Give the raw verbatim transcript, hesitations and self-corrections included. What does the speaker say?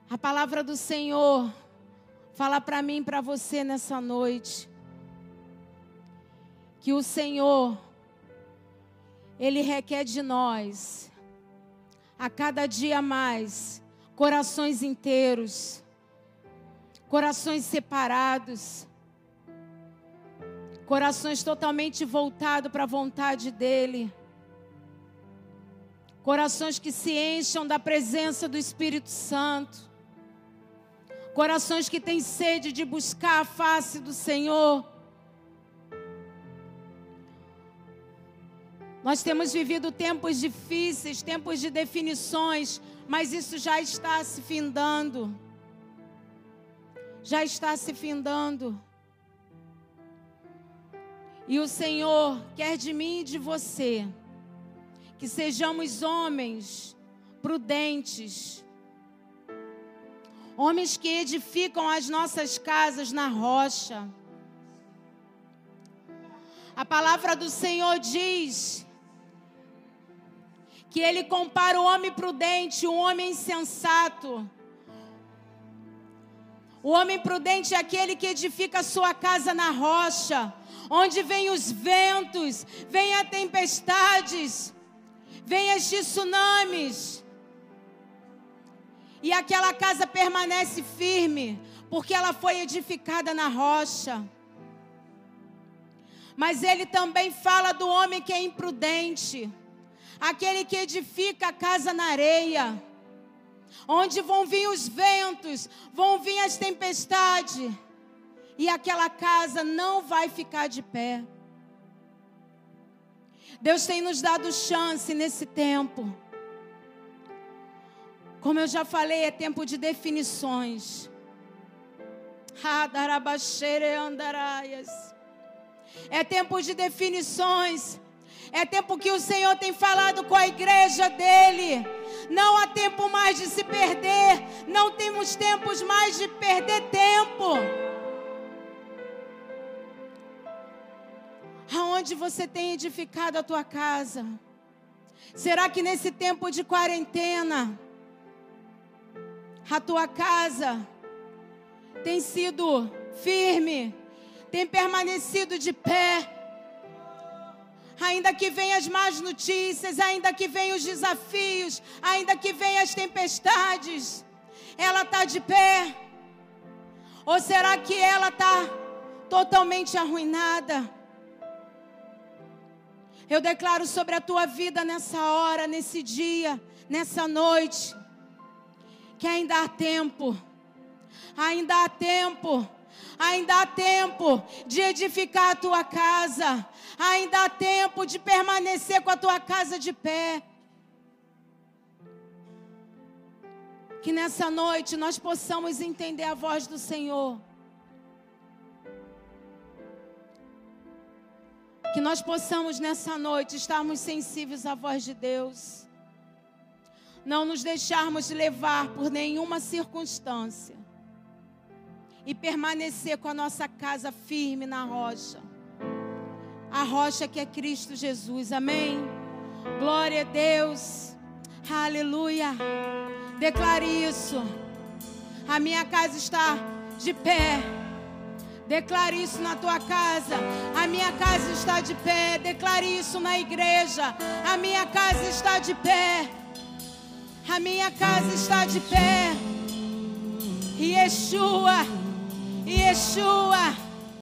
A palavra do Senhor fala para mim e para você nessa noite que o Senhor, Ele requer de nós, a cada dia mais, corações inteiros, corações separados, corações totalmente voltados para a vontade dEle, corações que se encham da presença do Espírito Santo, corações que têm sede de buscar a face do Senhor. Nós temos vivido tempos difíceis, tempos de definições, mas isso já está se findando. Já está se findando. E o Senhor quer de mim e de você que sejamos homens prudentes, homens que edificam as nossas casas na rocha. A palavra do Senhor diz que Ele compara o homem prudente, o homem insensato. O homem prudente é aquele que edifica a sua casa na rocha, onde vêm os ventos, vêm as tempestades, vêm as tsunamis. E aquela casa permanece firme, porque ela foi edificada na rocha. Mas ele também fala do homem que é imprudente, aquele que edifica a casa na areia, onde vão vir os ventos, vão vir as tempestades, e aquela casa não vai ficar de pé. Deus tem nos dado chance nesse tempo. Como eu já falei, é tempo de definições. É tempo de definições. É tempo que o Senhor tem falado com a igreja dele. Não há tempo mais de se perder. Não temos tempos mais de perder tempo. Aonde você tem edificado a tua casa? Será que nesse tempo de quarentena a tua casa tem sido firme, tem permanecido de pé? Ainda que venham as más notícias, ainda que venham os desafios, ainda que venham as tempestades, ela está de pé? Ou será que ela está totalmente arruinada? Eu declaro sobre a tua vida nessa hora, nesse dia, nessa noite, que ainda há tempo, ainda há tempo, ainda há tempo de edificar a tua casa, ainda há tempo de permanecer com a tua casa de pé. Que nessa noite nós possamos entender a voz do Senhor. Que nós possamos nessa noite estarmos sensíveis à voz de Deus. Não nos deixarmos levar por nenhuma circunstância. E permanecer com a nossa casa firme na rocha. A rocha que é Cristo Jesus. Amém? Glória a Deus. Aleluia. Declare isso. A minha casa está de pé. Declare isso na tua casa. A minha casa está de pé. Declare isso na igreja. A minha casa está de pé. A minha casa está de pé. Yeshua, Yeshua.